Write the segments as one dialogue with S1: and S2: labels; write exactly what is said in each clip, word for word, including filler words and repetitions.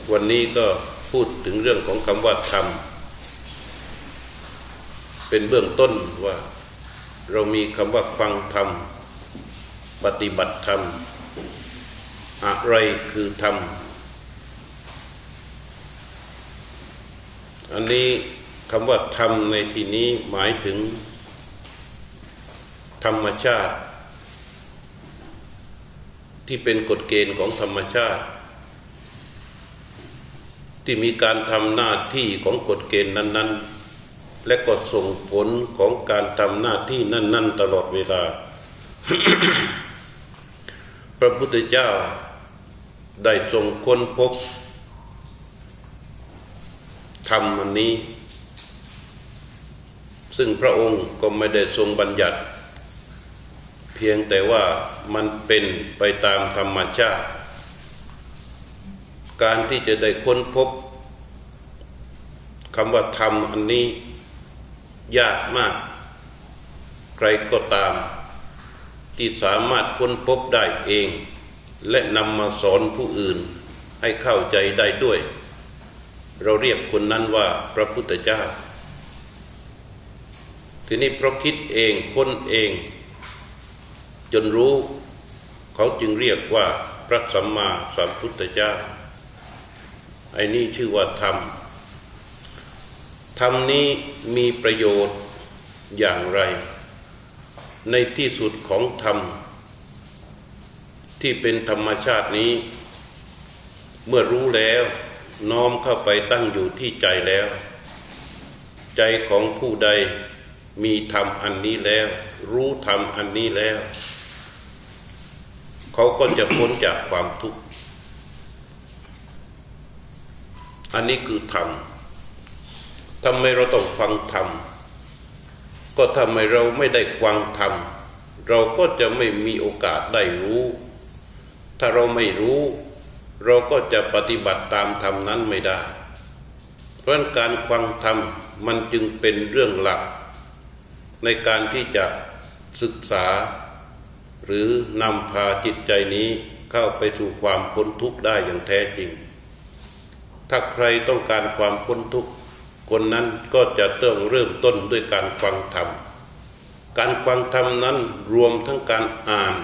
S1: วันนี้ก็พูดถึงเรื่องของคำว่าธรรมเป็นเบื้องต้นว่าเรามีคำว่าฟังธรรมปฏิบัติธรรมอะไรคือธรรมอันนี้คำว่าธรรมในที่นี้หมายถึงธรรมชาติที่เป็นกฎเกณฑ์ของธรรมชาติที่มีการทำหน้าที่ของกฎเกณฑ์นั้นๆและก็ส่งผลของการทำหน้าที่นั้นๆตลอดเวลา พระพุทธเจ้าได้ทรงค้นพบธรรมอันนี้ซึ่งพระองค์ก็ไม่ได้ทรงบัญญัติเพียงแต่ว่ามันเป็นไปตามธรรมชาติการที่จะได้ค้นพบคำว่าธรรมอันนี้ยากมากใครก็ตามที่สามารถค้นพบได้เองและนำมาสอนผู้อื่นให้เข้าใจได้ด้วยเราเรียกคนนั้นว่าพระพุทธเจ้าทีนี้เพราะคิดเองค้นเองจนรู้เขาจึงเรียกว่าพระสัมมาสัมพุทธเจ้าไอ้นี่ชื่อว่าธรรมธรรมนี้มีประโยชน์อย่างไรในที่สุดของธรรมที่เป็นธรรมชาตินี้เมื่อรู้แล้วน้อมเข้าไปตั้งอยู่ที่ใจแล้วใจของผู้ใดมีธรรมอันนี้แล้วรู้ธรรมอันนี้แล้วเขาก็จะพ้นจากความทุกข์อันนี้คือธรรมทำไมเราต้องฟังธรรมก็ทำไมเราไม่ได้ฟังธรรมเราก็จะไม่มีโอกาสได้รู้ถ้าเราไม่รู้เราก็จะปฏิบัติตามธรรมนั้นไม่ได้เพราะการฟังธรรมมันจึงเป็นเรื่องหลักในการที่จะศึกษาหรือนำพาจิตใจนี้เข้าไปสู่ความพ้นทุกข์ได้อย่างแท้จริงถ้าใครต้องการความพ้นทุกข์คนนั้นก็จะต้องเริ่มต้นด้วยการฟังธรรมการฟังธรรมนั้นรวมทั้งการอ่าน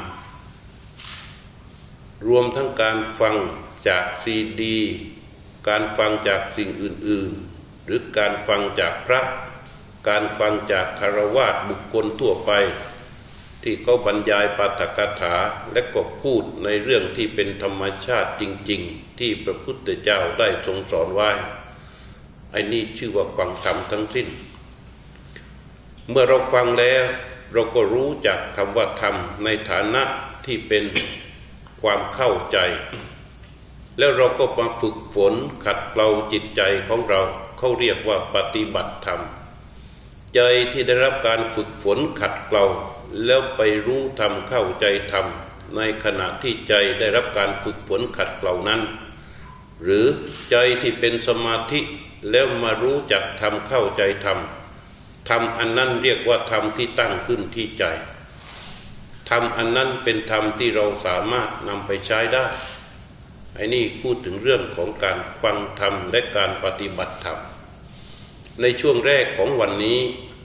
S1: รวมทั้งการฟังจากซีดีการฟังจากสิ่งอื่นๆหรือการฟังจากพระการฟังจากคฤหัสถ์บุคคลทั่วไปที่เขาบรรยายปาฐกถาและก็พูดในเรื่องที่เป็นธรรมชาติจริงๆที่พระพุทธเจ้าได้ทรงสอนไว้ไอ้นี่ชื่อว่าฟังธรรมทั้งสิ้นเมื่อเราฟังแล้วเราก็รู้จักคำว่าธรรมในฐานะที่เป็นความเข้าใจแล้วเราก็มาฝึกฝนขัดเกลาจิตใจของเราเขาเรียกว่าปฏิบัติธรรมใจที่ได้รับการฝึกฝนขัดเกลาแล้วไปรู้ธรรมเข้าใจธรรมในขณะที่ใจได้รับการฝึกฝนขัดเกลานั้นหรือใจที่เป็นสมาธิแล้วมารู้จักธรรมเข้าใจธรรมธรรมอันนั้นเรียกว่าธรรมที่ตั้งขึ้นที่ใจธรรมอันนั้นเป็นธรรมที่เราสามารถนำไปใช้ได้ไอ้นี่พูดถึงเรื่องของการฟังธรรมและการปฏิบัติธรรมในช่วงแรกของวันนี้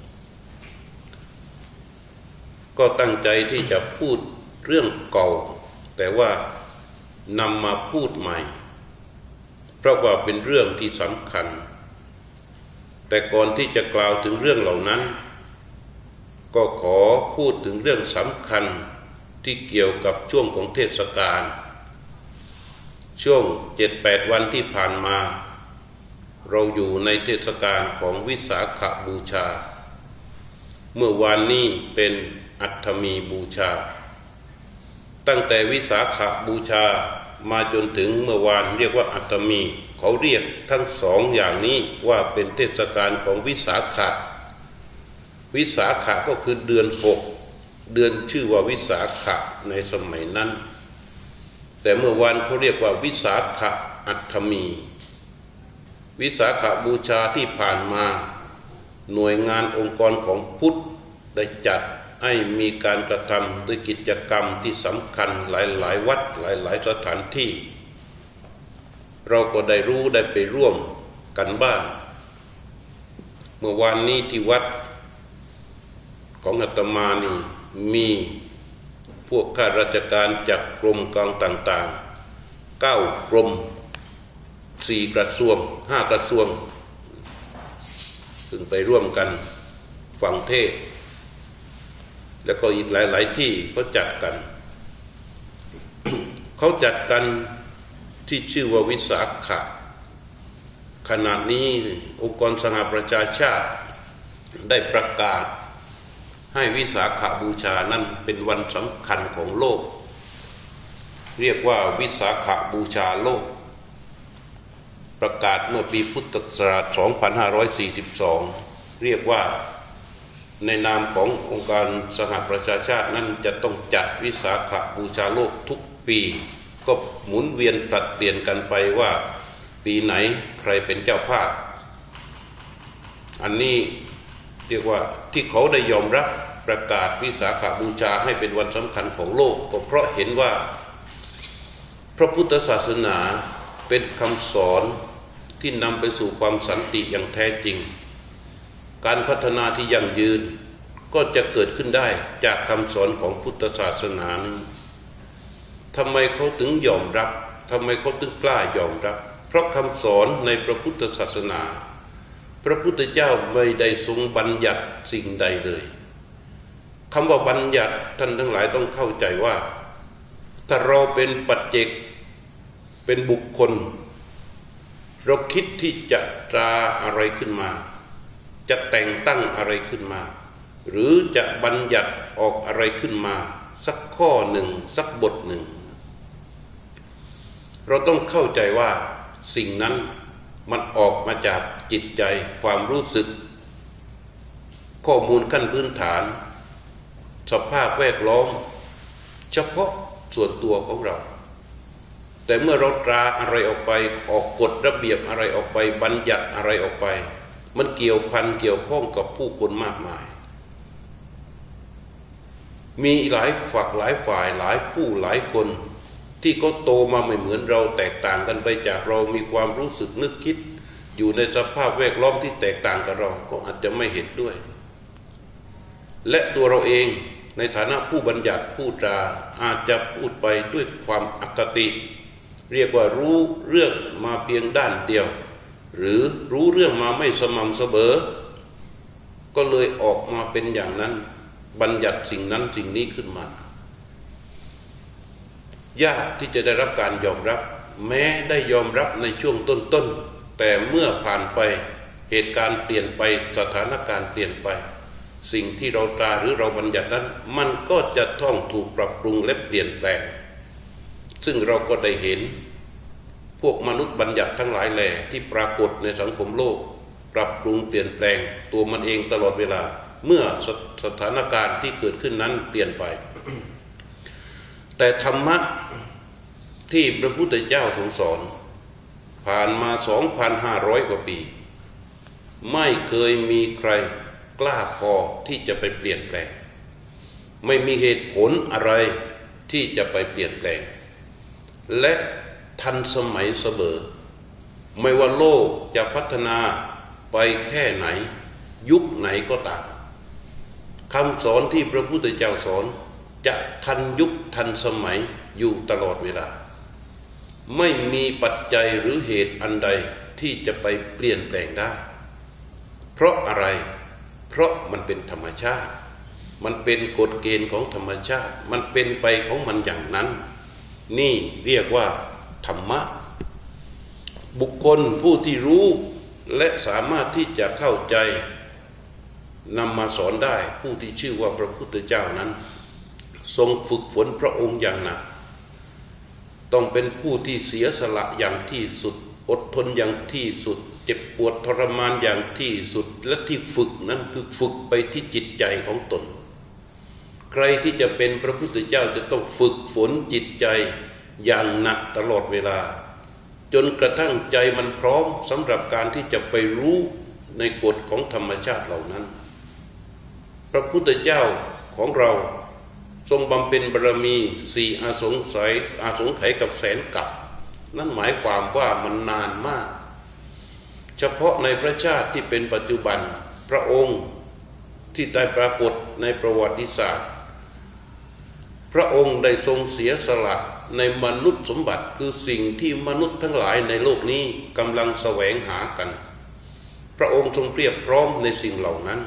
S1: ก็ตั้งใจที่จะพูดเรื่องเก่าแต่ว่านำมาพูดใหม่เพราะว่าเป็นเรื่องที่สำคัญแต่ก่อนที่จะกล่าวถึงเรื่องเหล่านั้นก็ขอพูดถึงเรื่องสำคัญที่เกี่ยวกับช่วงของเทศกาลช่วง เจ็ดแปด วันที่ผ่านมาเราอยู่ในเทศกาลของวิสาขบูชาเมื่อวานนี้เป็นอัฐมีบูชาตั้งแต่วิสาขบูชามาจนถึงเมื่อวานเรียกว่าอัฐมีเขาเรียกทั้งสองอย่างนี้ว่าเป็นเทศกาลของวิสาขะวิสาขะก็คือเดือนหกเดือนชื่อว่าวิสาขะในสมัยนั้นแต่เมื่อวานเขาเรียกว่าวิสาขะอัฐมีวิสาขบูชาที่ผ่านมาหน่วยงานองค์กรของพุทธได้จัดให้มีการกระทำด้วยกิจกรรมที่สำคัญหลายๆวัดหลายๆสถานที่เราก็ได้รู้ได้ไปร่วมกันบ้างเมื่อวานนี้ที่วัดของอาตมานี่มีพวกข้าราชการจากกรมกองต่างๆเก้ากรมสี่กระทรวงห้ากระทรวงซึ่งไปร่วมกันฟังเทศน์แล้วก็อีกหลายๆที่เขาจัดกัน เขาจัดกันที่ชื่อว่าวิสาขะขณะนี้องค์กรสหประชาชาติได้ประกาศให้วิสาขบูชานั้นเป็นวันสำคัญของโลกเรียกว่าวิสาขบูชาโลกประกาศเมื่อปีพุทธศักราชสองพันห้าร้อยสี่สิบสองเรียกว่าในนามขององค์การสหประชาชาตินั้นจะต้องจัดวิสาขบูชาโลกทุกปีก็หมุนเวียนผลัดเปลี่ยนกันไปว่าปีไหนใครเป็นเจ้าภาพอันนี้เรียกว่าที่เขาได้ยอมรับประกาศวิสาขบูชาให้เป็นวันสำคัญของโลกก็เพราะเห็นว่าพระพุทธศาสนาเป็นคำสอนที่นำไปสู่ความสันติอย่างแท้จริงการพัฒนาที่ยั่งยืนก็จะเกิดขึ้นได้จากคำสอนของพุทธศาสนานี้ทำไมเขาถึงยอมรับทำไมเขาถึงกล้ายอมรับเพราะคำสอนในพระพุทธศาสนาพระพุทธเจ้าไม่ได้ทรงบัญญัติสิ่งใดเลยคำว่าบัญญัติท่านทั้งหลายต้องเข้าใจว่าถ้าเราเป็นปัจเจกเป็นบุคคลเราคิดที่จะตราอะไรขึ้นมาจะแต่งตั้งอะไรขึ้นมาหรือจะบัญญัติออกอะไรขึ้นมาสักข้อหนึ่งสักบทหนึ่งเราต้องเข้าใจว่าสิ่งนั้นมันออกมาจากจิตใจความรู้สึกข้อมูลขั้นพื้นฐานสภาพแวดล้อมเฉพาะส่วนตัวของเราแต่เมื่อเราตราอะไรออกไปออกกฎระเบียบอะไรออกไปบัญญัติอะไรออกไปมันเกี่ยวพันเกี่ยวข้องกับผู้คนมากมายมีหลายฝักหลายฝ่ายหลายผู้หลายคนที่เขาโตมาไม่เหมือนเราแตกต่างกันไปจากเรามีความรู้สึกนึกคิดอยู่ในสภาพแวดล้อมที่แตกต่างกับเราก็อาจจะไม่เห็นด้วยและตัวเราเองในฐานะผู้บัญญัติผู้ตราอาจจะพูดไปด้วยความอคติเรียกว่ารู้เรื่องมาเพียงด้านเดียวหรือรู้เรื่องมาไม่สม่ำเสมอก็เลยออกมาเป็นอย่างนั้นบัญญัติสิ่งนั้นสิ่งนี้ขึ้นมายากที่จะได้รับการยอมรับแม้ได้ยอมรับในช่วงต้นๆแต่เมื่อผ่านไปเหตุการณ์เปลี่ยนไปสถานการณ์เปลี่ยนไปสิ่งที่เราตราหรือเราบัญญัตินั้นมันก็จะต้องถูกปรับปรุงและเปลี่ยนแปลงซึ่งเราก็ได้เห็นพวกมนุษย์บัญญัติทั้งหลายแหล่ที่ปรากฏในสังคมโลกปรับปรุงเปลี่ยนแปลงตัวมันเองตลอดเวลาเมื่อสสถานการณ์ที่เกิดขึ้นนั้นเปลี่ยนไป แต่ธรรมะที่พระพุทธเจ้าทรงสอนผ่านมา สองพันห้าร้อย กว่าปีไม่เคยมีใครกล้าพอที่จะไปเปลี่ยนแปลงไม่มีเหตุผลอะไรที่จะไปเปลี่ยนแปลงและทันสมัยเสมอไม่ว่าโลกจะพัฒนาไปแค่ไหนยุคไหนก็ตามคำสอนที่พระพุทธเจ้าสอนจะทันยุคทันสมัยอยู่ตลอดเวลาไม่มีปัจจัยหรือเหตุอันใดที่จะไปเปลี่ยนแปลงได้เพราะอะไรเพราะมันเป็นธรรมชาติมันเป็นกฎเกณฑ์ของธรรมชาติมันเป็นไปของมันอย่างนั้นนี่เรียกว่าธรรมะบุคคลผู้ที่รู้และสามารถที่จะเข้าใจนำมาสอนได้ผู้ที่ชื่อว่าพระพุทธเจ้านั้นทรงฝึกฝนพระองค์อย่างหนักต้องเป็นผู้ที่เสียสละอย่างที่สุดอดทนอย่างที่สุดเจ็บปวดทรมานอย่างที่สุดและที่ฝึกนั้นคือฝึกไปที่จิตใจของตนใครที่จะเป็นพระพุทธเจ้าจะต้องฝึกฝนจิตใจอย่างหนักตลอดเวลาจนกระทั่งใจมันพร้อมสำหรับการที่จะไปรู้ในกฎของธรรมชาติเหล่านั้นพระพุทธเจ้าของเราทรงบำเพ็ญบารมีสี่อาสงไขยอาสงไขยกับแสนกับนั่นหมายความว่ามันนานมากเฉพาะในพระชาติที่เป็นปัจจุบันพระองค์ที่ได้ปรากฏในประวัติศาสตร์พระองค์ได้ทรงเสียสละในมนุษย์สมบัติคือสิ่งที่มนุษย์ทั้งหลายในโลกนี้กำลังแสวงหากันพระองค์ทรงเพียบพร้อมในสิ่งเหล่านั้น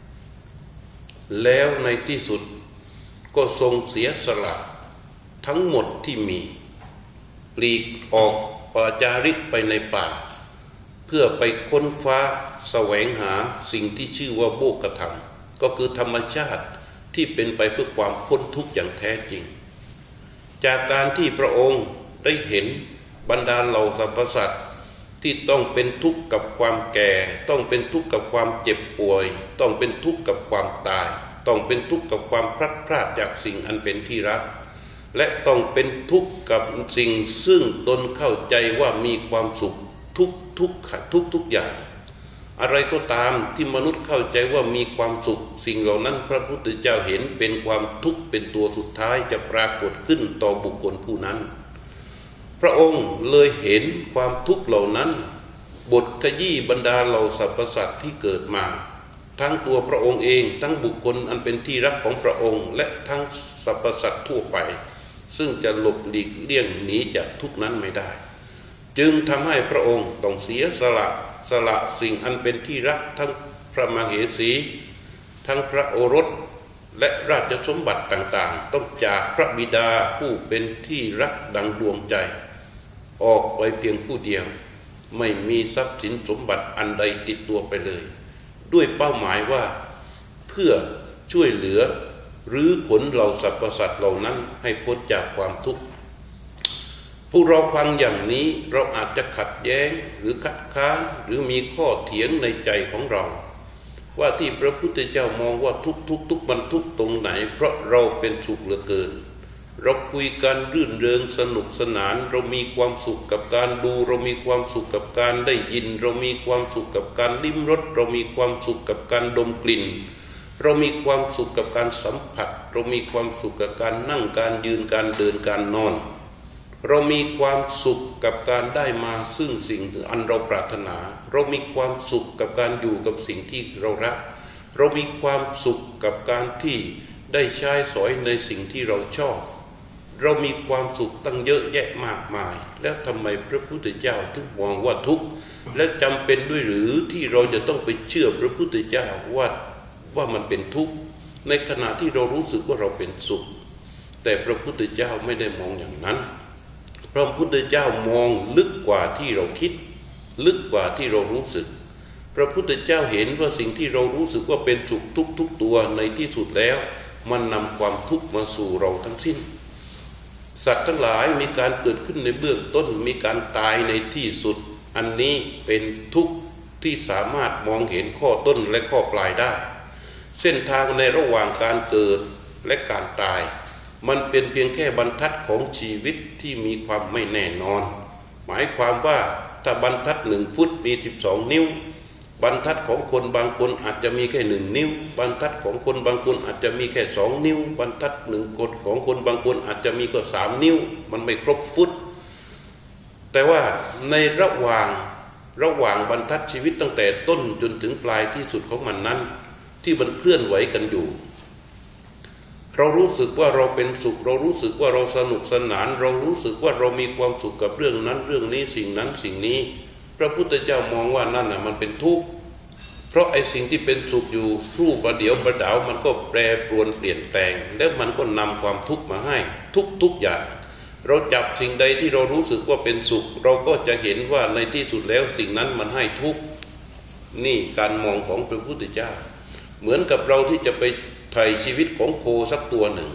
S1: แล้วในที่สุดก็ทรงเสียสละทั้งหมดที่มีปลีกออกปาจาริกไปในป่าเพื่อไปค้นคว้าแสวงหาสิ่งที่ชื่อว่าโภคธรรมก็คือธรรมชาติที่เป็นไปเพื่อความพ้นทุกข์อย่างแท้จริงจากการที่พระองค์ได้เห็นบรรดาเหล่าสรรพสัตว์ที่ต้องเป็นทุกข์กับความแก่ต้องเป็นทุกข์กับความเจ็บป่วยต้องเป็นทุกข์กับความตายต้องเป็นทุกข์กับความพลัดพรากจากสิ่งอันเป็นที่รักและต้องเป็นทุกข์กับสิ่งซึ่งตนเข้าใจว่ามีความสุขทุกทุกทุกทุกอย่างอะไรก็ตามที่มนุษย์เข้าใจว่ามีความสุขสิ่งเหล่านั้นพระพุทธเจ้าเห็นเป็นความทุกข์เป็นตัวสุดท้ายจะปรากฏขึ้นต่อบุคคลผู้นั้นพระองค์เลยเห็นความทุกข์เหล่านั้นบทขยี้บรรดาเหล่าสรรพสัตว์ที่เกิดมาทั้งตัวพระองค์เองทั้งบุคคลอันเป็นที่รักของพระองค์และทั้งสรรพสัตว์ทั่วไปซึ่งจะหลบหลีกเลี่ยงหนีจากทุกข์นั้นไม่ได้จึงทำให้พระองค์ต้องเสียสละสละสิ่งอันเป็นที่รักทั้งพระมเหสีทั้งพระโอรสและราชสมบัติต่างๆต้องจากพระบิดาผู้เป็นที่รักดังดวงใจออกไปเพียงผู้เดียวไม่มีทรัพย์สินสมบัติอันใดติดตัวไปเลยด้วยเป้าหมายว่าเพื่อช่วยเหลือหรือขนเหล่าสรรพสัตว์เหล่านั้นให้พ้นจากความทุกข์ผู้เราฟังอย่างนี้เราอาจจะขัดแย้งหรือคัดค้านหรือมีข้อเถียงในใจของเราว่าที่พระพุทธเจ้ามองว่าทุกทุกทุกมันทุกตรงไหนเพราะเราเป็นสุขเหลือเกินเราคุยกันรื่นเริงสนุกสนานเรามีความสุขกับการดูเรามีความสุขกับการได้ยินเรามีความสุขกับการลิ้มรสเรามีความสุขกับการดมกลิ่นเรามีความสุขกับการสัมผัสเรามีความสุขกับการนั่งการยืนการเดินการนอนเรามีความสุขกับการได้มาซึ่งสิ่งอันเราปรารถนาเรามีความสุขกับการอยู่กับสิ่งที่เรารักเรามีความสุขกับการที่ได้ใช้สอยในสิ่งที่เราชอบเรามีความสุขตั้งเยอะแยะมากมายแล้วทำไมพระพุทธเจ้าถึงมองว่าทุกข์และจำเป็นด้วยหรือที่เราจะต้องไปเชื่อพระพุทธเจ้าว่าว่ามันเป็นทุกข์ในขณะที่เรารู้สึกว่าเราเป็นสุขแต่พระพุทธเจ้าไม่ได้มองอย่างนั้นพระพุทธเจ้ามองลึกกว่าที่เราคิดลึกกว่าที่เรารู้สึกพระพุทธเจ้าเห็นว่าสิ่งที่เรารู้สึกว่าเป็นสุขทุกทุกตัวในที่สุดแล้วมันนำความทุกข์มาสู่เราทั้งสิ้นสัตว์ทั้งหลายมีการเกิดขึ้นในเบื้องต้นมีการตายในที่สุดอันนี้เป็นทุกข์ที่สามารถมองเห็นข้อต้นและข้อปลายได้เส้นทางในระหว่างการเกิดและการตายมันเป็นเพียงแค่บรรทัดของชีวิตที่มีความไม่แน่นอนหมายความว่าถ้าบรรทัดหนึ่งฟุตมีสิบสองนิ้วบรรทัดของคนบางคนอาจจะมีแค่หนึ่งนิ้วบรรทัดของคนบางคนอาจจะมีแค่สองนิ้วบรรทัดหนึ่งคนของคนบางคนอาจจะมีก็สามนิ้วมันไม่ครบฟุตแต่ว่าในระหว่างระหว่างบรรทัดชีวิตตั้งแต่ต้นจนถึงปลายที่สุดของมันนั้นที่มันเคลื่อนไหวกันอยู่เรารู้สึกว่าเราเป็นสุขเรารู้สึกว่าเราสนุกสนานเรารู้สึกว่าเรามีความสุขกับเรื่องนั้นเรื่องนี้สิ่งนั้นสิ่งนี้พระพุทธเจ้ามองว่านั่นน่ะมันเป็นทุกข์เพราะไอ้สิ่งที่เป็นสุขอยู่สู้ประเดี๋ยวประดาวมันก็แปรปรวนเปลี่ยนแปลงแล้วมันก็นำความทุกข์มาให้ทุกทุกอย่างเราจับสิ่งใดที่เรารู้สึกว่าเป็นสุขเราก็จะเห็นว่าในที่สุดแล้วสิ่งนั้นมันให้ทุกข์นี่การมองของพระพุทธเจ้าเหมือนกับเราที่จะไปไถ่ชีวิตของโคสักตัวหนึ่ง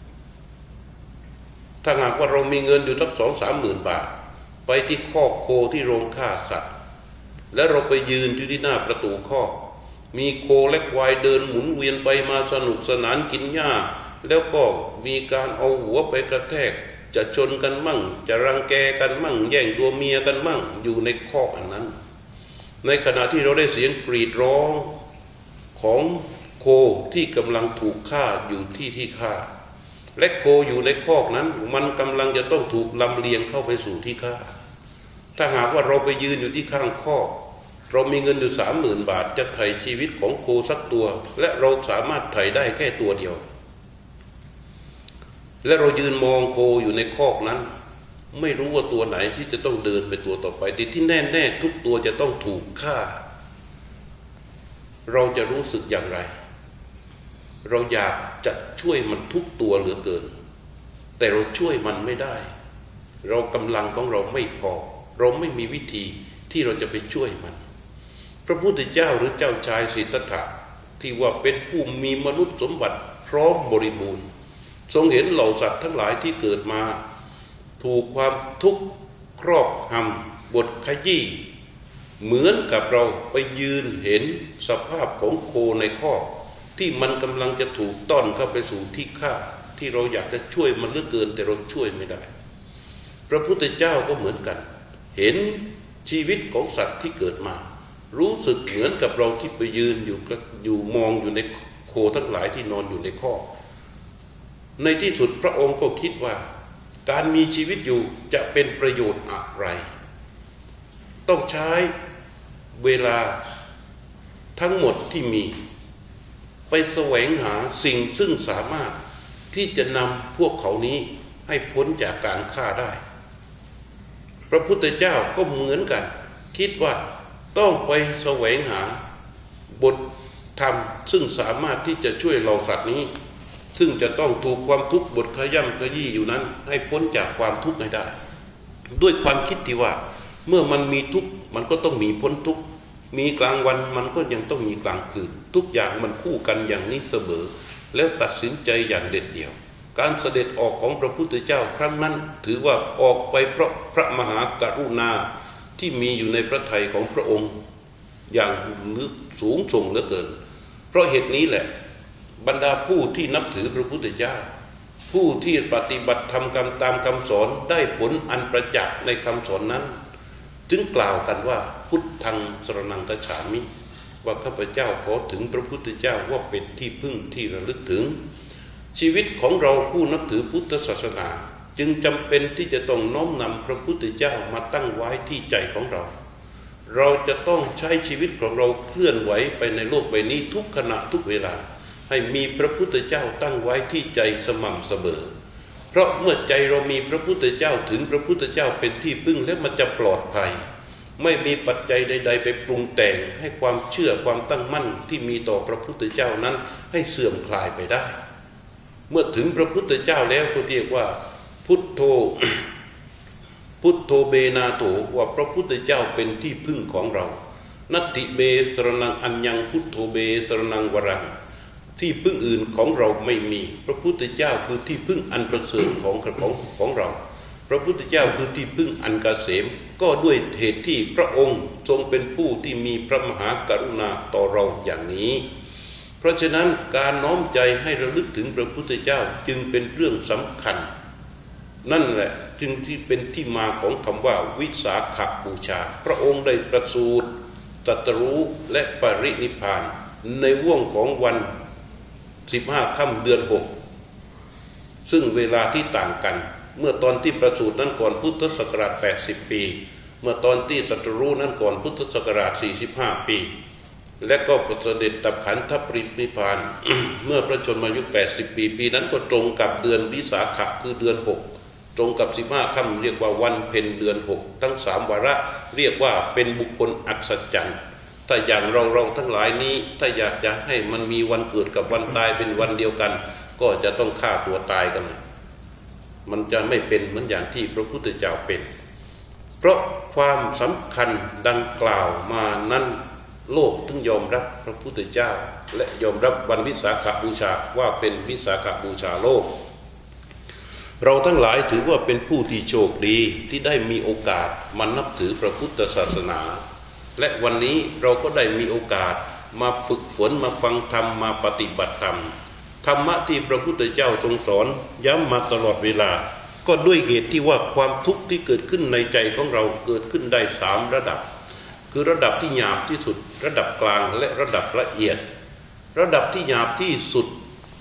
S1: ถ้าหากว่าเรามีเงินอยู่สักสองสามหมื่นบาทไปที่คอกโคที่โรงฆ่าสัตว์แล้วเราไปยืนอยู่ที่หน้าประตูคอกมีโคและควายเดินหมุนเวียนไปมาสนุกสนานกินหญ้าแล้วก็มีการเอาหัวไปกระแทกจะชนกันมั่งจะรังแกกันมั่งแย่งตัวเมียกันมั่งอยู่ในคอกอันนั้นในขณะที่เราได้เสียงกรีดร้องของโคที่กำลังถูกฆ่าอยู่ที่ที่ฆ่าและโคอยู่ในคอกนั้นมันกำลังจะต้องถูกลำเลียงเข้าไปสู่ที่ฆ่าถ้าหากว่าเราไปยืนอยู่ที่ข้างคอกเรามีเงินอยู่สามหมื่นบาทจะไถ่ชีวิตของโคสักตัวและเราสามารถไถ่ได้แค่ตัวเดียวและเรายืนมองโคอยู่ในคอกนั้นไม่รู้ว่าตัวไหนที่จะต้องเดินไปตัวต่อไปแต่ที่แน่ๆทุกตัวจะต้องถูกฆ่าเราจะรู้สึกอย่างไรเราอยากจะช่วยมันทุกตัวเหลือเกินแต่เราช่วยมันไม่ได้เรากำลังของเราไม่พอเราไม่มีวิธีที่เราจะไปช่วยมันพระพุทธเจ้าหรือเจ้าชายสิทธัตถะที่ว่าเป็นผู้มีมนุษย์สมบัติพร้อมบริบูรณ์ทรงเห็นเหล่าสัตว์ทั้งหลายที่เกิดมาถูกความทุกข์ครอบงำบดขยี้เหมือนกับเราไปยืนเห็นสภาพของโคในคอกที่มันกำลังจะถูกต้อนเข้าไปสู่ที่ฆ่าที่เราอยากจะช่วยมันเหลือเกินแต่เราช่วยไม่ได้พระพุทธเจ้าก็เหมือนกันเห็นชีวิตของสัตว์ที่เกิดมารู้สึกเหมือนกับเราที่ไปยืนอยู่อยู่มองอยู่ในโคทั้งหลายที่นอนอยู่ในคอกในที่สุดพระองค์ก็คิดว่าการมีชีวิตอยู่จะเป็นประโยชน์อะไรต้องใช้เวลาทั้งหมดที่มีไปแสวงหาสิ่งซึ่งสามารถที่จะนำพวกเขานี้ให้พ้นจากการฆ่าได้พระพุทธเจ้าก็เหมือนกันคิดว่าต้องไปแสวงหาบทธรรมซึ่งสามารถที่จะช่วยเหล่าสัตว์นี้ซึ่งจะต้องถูกความทุกข์บดขย่ำขยี้อยู่นั้นให้พ้นจากความทุกข์ให้ได้ด้วยความคิดที่ว่าเมื่อมันมีทุกข์มันก็ต้องมีพ้นทุกข์มีกลางวันมันก็ยังต้องมีกลางคืนทุกอย่างมันคู่กันอย่างนี้เสมอแล้วตัดสินใจอย่างเด็ดเดี่ยวการเสด็จออกของพระพุทธเจ้าครั้งนั้นถือว่าออกไปเพราะพระมหากรุณาที่มีอยู่ในพระทัยของพระองค์อย่างลึกสูงส่งเหลือเกินเพราะเหตุนี้แหละบรรดาผู้ที่นับถือพระพุทธเจ้าผู้ที่ปฏิบัติธรรมตามคำสอนได้ผลอันประจักษ์ในคำสอนนั้นจึงกล่าวกันว่าพุทธังสรณังคัจฉามิว่าข้าพเจ้าขอถึงพระพุทธเจ้าว่าเป็นที่พึ่งที่ระลึกถึงชีวิตของเราผู้นับถือพุทธศาสนาจึงจำเป็นที่จะต้องน้อมนำพระพุทธเจ้ามาตั้งไว้ที่ใจของเราเราจะต้องใช้ชีวิตของเราเคลื่อนไหวไปในโลกใบนี้ทุกขณะทุกเวลาให้มีพระพุทธเจ้าตั้งไว้ที่ใจสม่ำเสมอเพราะเมื่อใจเรามีพระพุทธเจ้าถึงพระพุทธเจ้าเป็นที่พึ่งและมันจะปลอดภัยไม่มีปัจจัยใดๆไปปรุงแต่งให้ความเชื่อความตั้งมั่นที่มีต่อพระพุทธเจ้านั้นให้เสื่อมคลายไปได้เมื่อถึงพระพุทธเจ้าแล้วก็เรียกว่าพุทโธ พุทโธเบนาโถว่าพระพุทธเจ้าเป็นที่พึ่งของเรานัตติเบสรณังอัญญังพุทโธเบสรณังวรังที่พึ่งอื่นของเราไม่มีพระพุทธเจ้าคือที่พึ่งอันประเสริฐของของของเราพระพุทธเจ้าคือที่พึ่งอันเกษมก็ด้วยเหตุที่พระองค์ทรงเป็นผู้ที่มีพระมหากรุณาต่อเราอย่างนี้เพราะฉะนั้นการน้อมใจให้ระลึกถึงพระพุทธเจ้าจึงเป็นเรื่องสำคัญนั่นแหละจึงที่เป็นที่มาของคำว่าวิสาขบูชาพระองค์ได้ประสูติตรัสรู้และปรินิพพานในว่วงของวันสิบห้าค่ำเดือนหกซึ่งเวลาที่ต่างกันเมื่อตอนที่ประสูตินั้นก่อนพุทธศักราชแปดสิบปีเมื่อตอนที่ตรัสรู้นั้นก่อนพุทธศักราชสี่สิบห้าปีและก็เสด็จดับขันธปรินิพพาน เมื่อพระชนมายุแปดสิบปีปีนั้นก็ตรงกับเดือนวิสาขะคือเดือนหกตรงกับสิบห้าค่ำเรียกว่าวันเพ็ญเดือนหกทั้งสามวาระเรียกว่าเป็นบุคคลอัศจรรย์ถ้าอย่างเราเราทั้งหลายนี้ถ้าอยากจะให้มันมีวันเกิดกับวันตายเป็นวันเดียวกันก็จะต้องฆ่าตัวตายกันมันจะไม่เป็นเหมือนอย่างที่พระพุทธเจ้าเป็นเพราะความสำคัญดังกล่าวมานั้นโลกถึงยอมรับพระพุทธเจ้าและยอมรับวันวิสาขบูชาว่าเป็นวิสาขบูชาโลกเราทั้งหลายถือว่าเป็นผู้ที่โชคดีที่ได้มีโอกาสมานับถือพระพุทธศาสนาและวันนี้เราก็ได้มีโอกาสมาฝึกฝนมาฟังธรรมมาปฏิบัติธรรมธรรมะที่พระพุทธเจ้าทรงสอนย้ำมาตลอดเวลาก็ด้วยเหตุที่ว่าความทุกข์ที่เกิดขึ้นในใจของเราเกิดขึ้นได้สามระดับคือระดับที่หยาบที่สุดระดับกลางและระดับละเอียดระดับที่หยาบที่สุด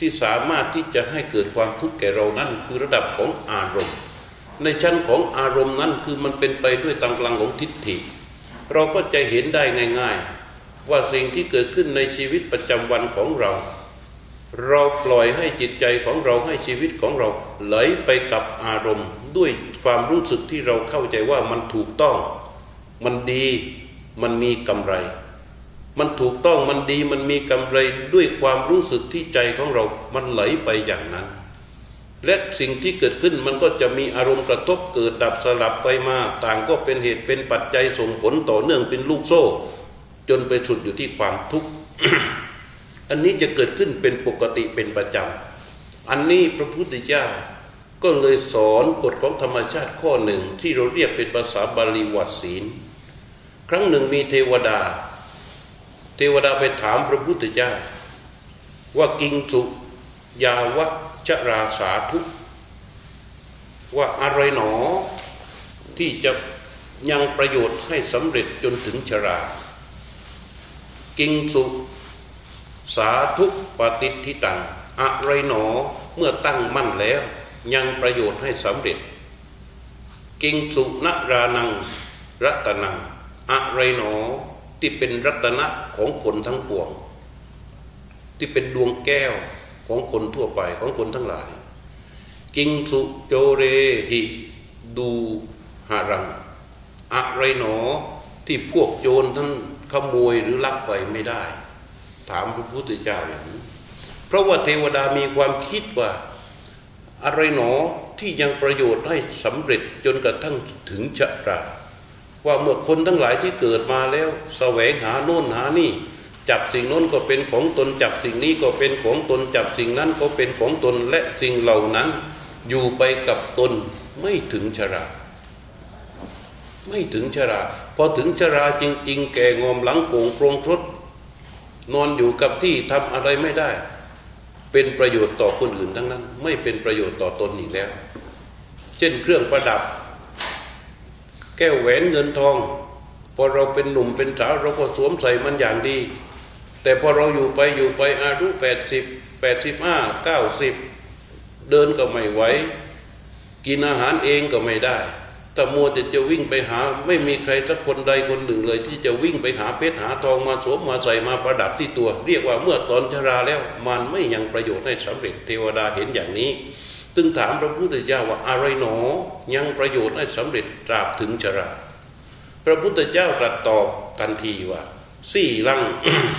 S1: ที่สามารถที่จะให้เกิดความทุกข์แก่เรานั้นคือระดับของอารมณ์ในชั้นของอารมณ์นั้นคือมันเป็นไปด้วยกำลังของทิฏฐิเราก็จะเห็นได้ง่ายๆว่าสิ่งที่เกิดขึ้นในชีวิตประจำวันของเราเราปล่อยให้จิตใจของเราให้ชีวิตของเราไหลไปกับอารมณ์ด้วยความรู้สึกที่เราเข้าใจว่ามันถูกต้องมันดีมันมีกำไรมันถูกต้องมันดีมันมีกำไรด้วยความรู้สึกที่ใจของเรามันไหลไปอย่างนั้นและสิ่งที่เกิดขึ้นมันก็จะมีอารมณ์กระทบเกิดดับสลับไปมาต่างก็เป็นเหตุเป็นปัจจัยส่งผลต่อเนื่องเป็นลูกโซ่จนไปสุดอยู่ที่ความทุกข์ อันนี้จะเกิดขึ้นเป็นปกติเป็นประจำอันนี้พระพุทธเจ้าก็เลยสอนกฎของธรรมชาติข้อหนึ่งที่เราเรียกเป็นภาษาบาลีว่าศีลครั้งหนึ่งมีเทวดาเทวดาไปถามพระพุทธเจ้าว่ากิงสุยาวะชราสาทุว่าอะไรหนอที่จะยังประโยชน์ให้สำเร็จจนถึงชรากิงสุสาธุปฏิทิตังอะไรหนอเมื่อตั้งมั่นแล้วยังประโยชน์ให้สำเร็จกิงสุนรานังรัตนังอะไรหนอที่เป็นรัตนะของคนทั้งปวงที่เป็นดวงแก้วของคนทั่วไปของคนทั้งหลายกิงสุโจเรหิดูหารังอะไรหนอที่พวกโจรท่านขโมยหรือลักไปไม่ได้ถามพระพุทธเจ้าอย่างนี้เพราะว่าเทวดามีความคิดว่าอะไรหนอที่ยังประโยชน์ให้สำเร็จจนกระทั่งถึงชราว่าเมื่อคนทั้งหลายที่เกิดมาแล้วแสวงหาโน่นหานี่จับสิ่งโน้นก็เป็นของตนจับสิ่งนี้ก็เป็นของตนจับสิ่งนั้นก็เป็นของตนและสิ่งเหล่านั้นอยู่ไปกับตนไม่ถึงชราไม่ถึงชราพอถึงชราจริงๆแก่งอมหลังโก่งโปร่งครุฑนอนอยู่กับที่ทำอะไรไม่ได้เป็นประโยชน์ต่อคนอื่นทั้งนั้นไม่เป็นประโยชน์ต่อตนอีกแล้วเช่นเครื่องประดับแก้วแหวนเงินทองพอเราเป็นหนุ่มเป็นสาวเราก็สวมใส่มันอย่างดีแต่พอเราอยู่ไปอยู่ไปอายุแปดสิบแปดสิบห้าเก้าสิบเดินก็ไม่ไหวกินอาหารเองก็ไม่ได้แต่มัวแต่จะวิ่งไปหาไม่มีใครสักคนใดคนหนึ่งเลยที่จะวิ่งไปหาเพชรหาทองมาสวมมาใส่มาประดับที่ตัวเรียกว่าเมื่อตอนชราแล้วมันไม่ยังประโยชน์ให้สำเร็จเทวดาเห็นอย่างนี้จึงถามพระพุทธเจ้าว่าอะไรหนอยังประโยชน์ให้สำเร็จตราบถึงชราพระพุทธเจ้าตรัสตอบทันทีว่าสี่ลัง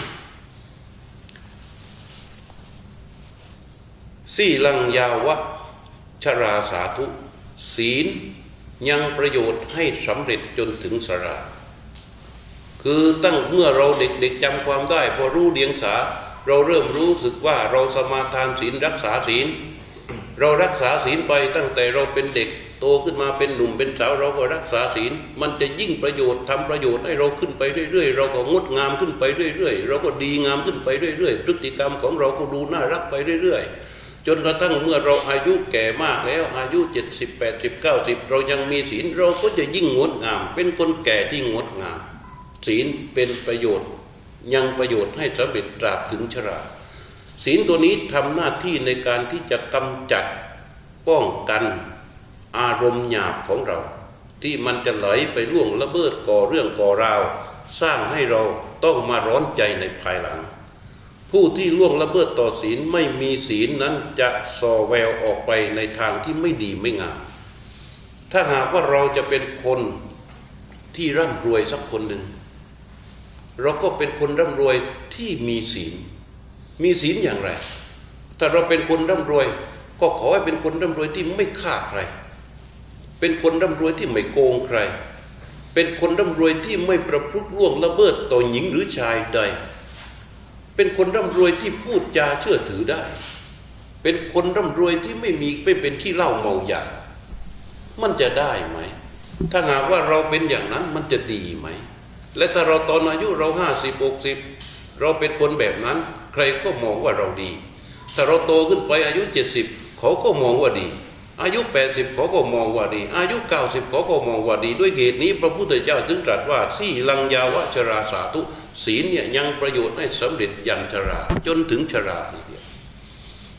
S1: สี่ลังยาวะชราสาธุศีลยังประโยชน์ให้สำเร็จจนถึงชราคือตั้งเมื่อเราเด็กๆจำความได้พอรู้เดียงสาเราเริ่มรู้สึกว่าเราสมาทานศีลรักษาศีลเรารักษาศีลไปตั้งแต่เราเป็นเด็กโตขึ้นมาเป็นหนุ่มเป็นสาวเราก็รักษาศีลมันจะยิ่งประโยชน์ทำประโยชน์ให้เราขึ้นไปเรื่อยๆเราก็งดงามขึ้นไปเรื่อยๆเราก็ดีงามขึ้นไปเรื่อยๆพฤติกรรมของเราก็ดูน่ารักไปเรื่อยๆจนกระทั่งเมื่อเราอายุแก่มากแล้วอายุเจ็ดสิบ แปดสิบ เก้าสิบเรายังมีศีลเราก็จะยิ่งงดงามเป็นคนแก่ที่งดงามศีลเป็นประโยชน์ยังประโยชน์ให้สำเร็จตราบถึงชราศีลตัวนี้ทำหน้าที่ในการที่จะกำจัดป้องกันอารมณ์หยาบของเราที่มันจะไหลไปล่วงละเมิดก่อเรื่องก่อราวสร้างให้เราต้องมาร้อนใจในภายหลังผู้ที่ล่วงละเมิดต่อศีลไม่มีศีลนั้นจะส่อแววออกไปในทางที่ไม่ดีไม่งามถ้าหากว่าเราจะเป็นคนที่ร่ำรวยสักคนหนึ่งเราก็เป็นคนร่ำรวยที่มีศีลมีศีลอย่างไรถ้าเราเป็นคนร่ำรวยก็ขอให้เป็นคนร่ำรวยที่ไม่ฆ่าใครเป็นคนร่ำรวยที่ไม่โกงใครเป็นคนร่ำรวยที่ไม่ประพฤติล่วงละเมิดต่อหญิงหรือชายใดเป็นคนร่ำรวยที่พูดจาเชื่อถือได้เป็นคนร่ำรวยที่ไม่มีไม่เป็นขี้เหล้าเมายามันจะได้ไหมถ้าหากว่าเราเป็นอย่างนั้นมันจะดีไหมและถ้าเราตอนอายุเราห้าสิบหกสิบเราเป็นคนแบบนั้นใครก็มองว่าเราดีถ้าเราโตขึ้นไปอายุเจ็ดสิบเขาก็มองว่าดีอายุแปดสิบเขาก็มองว่าดีอายุเก้าสิบเขาก็มองว่าดีด้วยเหตุนี้พระพุทธเจ้าจึงตรัสว่าสี่ลังยาวะชราสาธุศีลเนี่ยยังประโยชน์ให้สำเร็จยันชราจนถึงชรา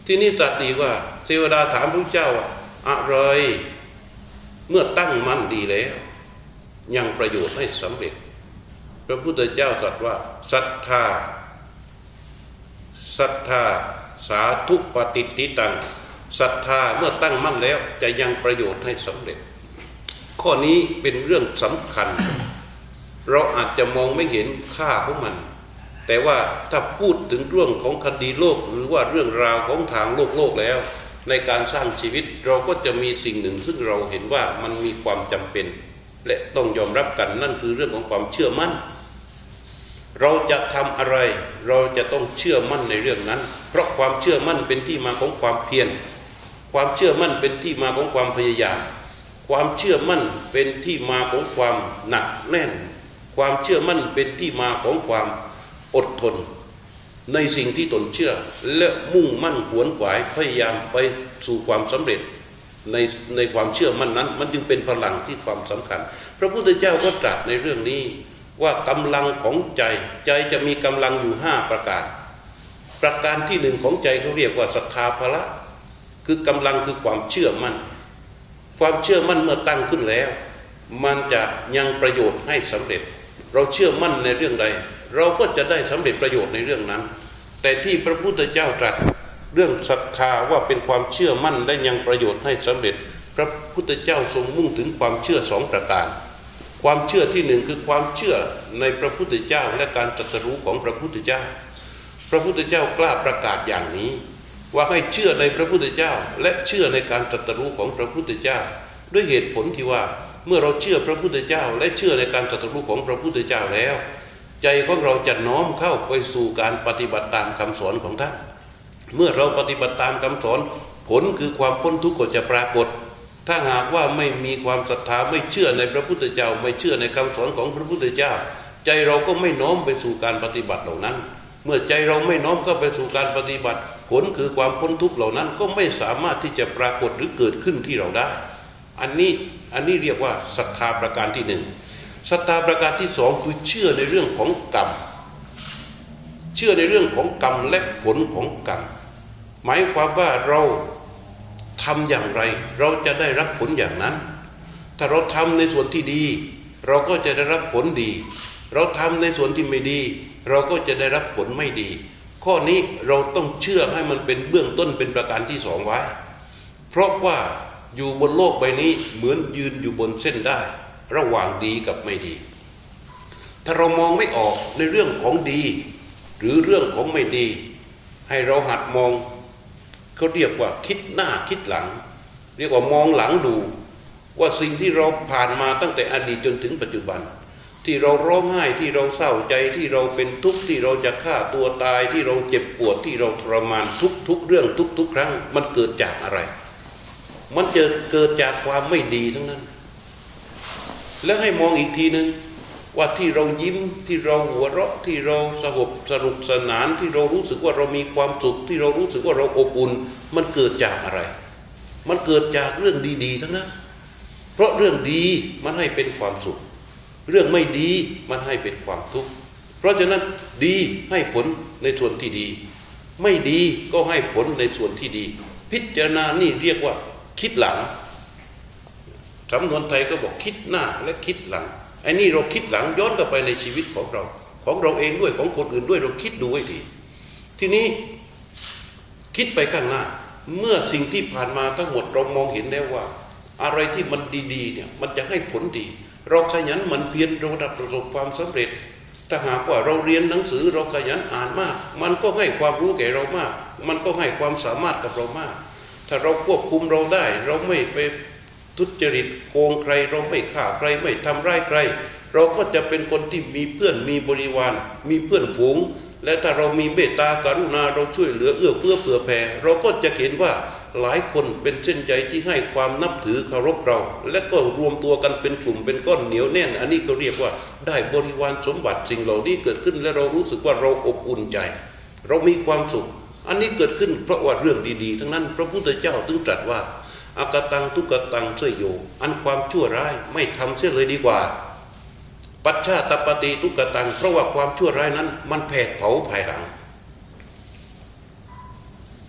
S1: ที่นี่ตรัสดีว่าเทวดาถามพระเจ้าว่าอะไรเมื่อตั้งมั่นดีแล้วยังประโยชน์ให้สำเร็จพระพุทธเจ้าตรัสว่าศรัทธาศรัทธาสาธุปฏิติตังศรัทธาเมื่อตั้งมั่นแล้วจะยังประโยชน์ให้สำเร็จข้อนี้เป็นเรื่องสำคัญเราอาจจะมองไม่เห็นค่าของมันแต่ว่าถ้าพูดถึงเรื่องของคดีโลกหรือว่าเรื่องราวของทางโลกโลกแล้วในการสร้างชีวิตเราก็จะมีสิ่งหนึ่งซึ่งเราเห็นว่ามันมีความจำเป็นและต้องยอมรับกันนั่นคือเรื่องของความเชื่อมั่นเราจะทำอะไรเราจะต้องเชื่อมั่นในเรื่องนั้นเพราะความเชื่อมั่นเป็นที่มาของความเพียรความเชื่อมั่นเป็นที่มาของความพยายามความเชื่อมั่นเป็นที่มาของความหนักแน่นความเชื่อมั่นเป็นที่มาของความอดทนในสิ่งที่ตนเชื่อและมุ่งมั่นขวนขวายพยายามไปสู่ความสำเร็จในในความเชื่อมั่นนั้นมันจึงเป็นพลังที่ความสำคัญพระพุทธเจ้าก็ตรัสในเรื่องนี้ว่ากำลังของใจใจจะมีกำลังอยู่ห้าประการประการที่หนึ่งของใจเขาเรียกว่าศรัทธาภละคือกำลังคือความเชื่อมั่นความเชื่อมั่นเมื่อตั้งขึ้นแล้วมันจะยังประโยชน์ให้สำเร็จเราเชื่อมั่นในเรื่องใดเราก็จะได้สำเร็จประโยชน์ในเรื่องนั้นแต่ที่พระพุทธเจ้าตรัสเรื่องศรัทธาว่าเป็นความเชื่อมั่นและยังประโยชน์ให้สำเร็จพระพุทธเจ้าทรงมุ่งถึงความเชื่อสองประการความเชื่อที่หนึ่งคือความเชื่อในพระพุทธเจ้าและการตรัสรู้ของพระพุทธเจ้าพระพุทธเจ้ากล้าประกาศอย่างนี้ว่าให้เชื่อในพระพุทธเจ้าและเชื่อในการตรัสรู้ของพระพุทธเจ้าด้วยเหตุผลที่ว่าเมื่อเราเชื่อพระพุทธเจ้าและเชื่อในการตรัสรู้ของพระพุทธเจ้าแล้วใจของเราจะน้อมเข้าไปสู่การปฏิบัติตามคำสอนของท่านเมื่อเราปฏิบัติตามคำสอนผลคือความพ้นทุกข์ก็จะปรากฏถ้าหากว่าไม่มีความศรัทธาไม่เชื่อในพระพุทธเจ้าไม่เชื่อในคำสอนของพระพุทธเจ้าใจเราก็ไม่น้อมไปสู่การปฏิบัติเหล่านั้นเมื่อใจเราไม่น้อมเข้าไปสู่การปฏิบัติผลคือความพ้นทุกข์เหล่านั้นก็ไม่สามารถที่จะปรากฏหรือเกิดขึ้นที่เราได้อันนี้อันนี้เรียกว่าศรัทธาประการที่หนึ่งศรัทธาประการที่สองคือเชื่อในเรื่องของกรรมเชื่อในเรื่องของกรรมและผลของกรรมหมายความว่าเราทำอย่างไรเราจะได้รับผลอย่างนั้นถ้าเราทำในส่วนที่ดีเราก็จะได้รับผลดีเราทำในส่วนที่ไม่ดีเราก็จะได้รับผลไม่ดีข้อนี้เราต้องเชื่อให้มันเป็นเบื้องต้นเป็นประการที่สองไว้เพราะว่าอยู่บนโลกใบนี้เหมือนยืนอยู่บนเส้นได้ระหว่างดีกับไม่ดีถ้าเรามองไม่ออกในเรื่องของดีหรือเรื่องของไม่ดีให้เราหัดมองเขาเรียกว่าคิดหน้าคิดหลังเรียกว่ามองหลังดูว่าสิ่งที่เราผ่านมาตั้งแต่อดีตจนถึงปัจจุบันที่เราร้องไห้ที่เราเศร้าใจที่เราเป็นทุกข์ที่เราจะฆ่าตัวตายที่เราเจ็บปวดที่เราทรมานทุกๆเรื่องทุกๆครั้งมันเกิดจากอะไรมันเกิดเกิดจากความไม่ดีทั้งนั้นแล้วให้มองอีกทีนึงว่าที่เรายิ้มที่เราหัวเราะที่เราสงบสนุกสนานที่เรารู้สึกว่าเรามีความสุขที่เรารู้สึกว่าเราอบอุ่นมันเกิดจากอะไรมันเกิดจากเรื่องดีๆทั้งนั้นเพราะเรื่องดีมันให้เป็นความสุขเรื่องไม่ดีมันให้เป็นความทุกข์เพราะฉะนั้นดีให้ผลในส่วนที่ดีไม่ดีก็ให้ผลในส่วนที่ดีพิจารณานี่เรียกว่าคิดหลังสำนวนไทยก็บอกคิดหน้าและคิดหลังไอ้นี่เราคิดหลังย้อนกลับไปในชีวิตของเราของเราเองด้วยของคนอื่นด้วยเราคิดดูให้ดีทีนี้คิดไปข้างหน้าเมื่อสิ่งที่ผ่านมาทั้งหมดเรามองเห็นแล้วว่าอะไรที่มันดีๆเนี่ยมันจะให้ผลดีเราขยันหมั่นเพียรเราได้ประสบความสำเร็จถ้าหากว่าเราเรียนหนังสือเราขยันอ่านมากมันก็ให้ความรู้แก่เรามากมันก็ให้ความสามารถกับเรามากถ้าเราควบคุมเราได้เราไม่ไปทุจริตโกงใครเราไม่ฆ่าใครไม่ทำร้ายใครเราก็จะเป็นคนที่มีเพื่อนมีบริวารมีเพื่อนฝูงและถ้าเรามีเมตตากรุณาเราช่วยเหลือเอื้อเฟื้อเผื่อแผ่เราก็จะเห็นว่าหลายคนเป็นเส้นใจที่ให้ความนับถือเคารพเราและก็รวมตัวกันเป็นกลุ่มเป็นก้อนเหนียวแน่นอันนี้ก็เรียกว่าได้บริวารสมบัติสิ่งเหล่านี้เกิดขึ้นและเรารู้สึกว่าเราอบอุ่นใจเรามีความสุขอันนี้เกิดขึ้นเพราะว่าเรื่องดีๆทั้งนั้นพระพุทธเจ้าถึงตรัสว่าอากตังทุกตังเสยโยอันความชั่วร้ายไม่ทำเสียเลยดีกว่าปัจฉาตปฏิทุกตังเพราะว่าความชั่วร้ายนั้นมันแผดเผาภายหลังส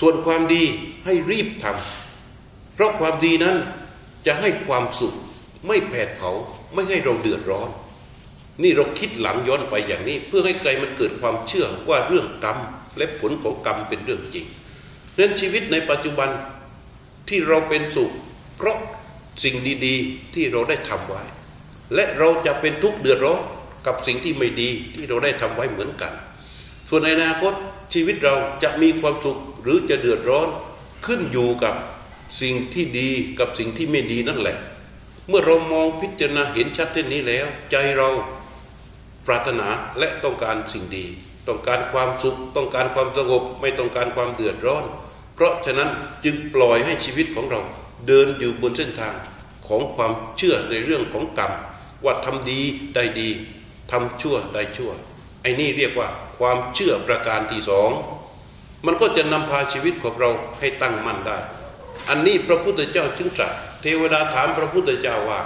S1: ส่วนความดีให้รีบทำเพราะความดีนั้นจะให้ความสุขไม่แผดเผาไม่ให้เราเดือดร้อนนี่เราคิดหลังย้อนไปอย่างนี้เพื่อให้ใจมันเกิดความเชื่อว่าเรื่องกรรมและผลของกรรมเป็นเรื่องจริงนั้นชีวิตในปัจจุบันที่เราเป็นสุขเพราะสิ่งดีๆที่เราได้ทำไว้และเราจะเป็นทุกข์เดือดร้อนกับสิ่งที่ไม่ดีที่เราได้ทำไว้เหมือนกันส่วนในอนาคตชีวิตเราจะมีความสุขหรือจะเดือดร้อนขึ้นอยู่กับสิ่งที่ดีกับสิ่งที่ไม่ดีนั่นแหละเมื่อเรามองพิจารณาเห็นชัดเช่นนี้แล้วใจเราปรารถนาและต้องการสิ่งดีต้องการความสุขต้องการความสงบไม่ต้องการความเดือดร้อนเพราะฉะนั้นจึงปล่อยให้ชีวิตของเราเดินอยู่บนเส้นทางของความเชื่อในเรื่องของกรรมว่าทำดีได้ดีทำชั่วได้ชั่วไอ้นี่เรียกว่าความเชื่อประการที่สองมันก็จะนำพาชีวิตของเราให้ตั้งมั่นได้อันนี้พระพุทธเจ้าจึงตรัสเทวดาถามพระพุทธเจ้าว่า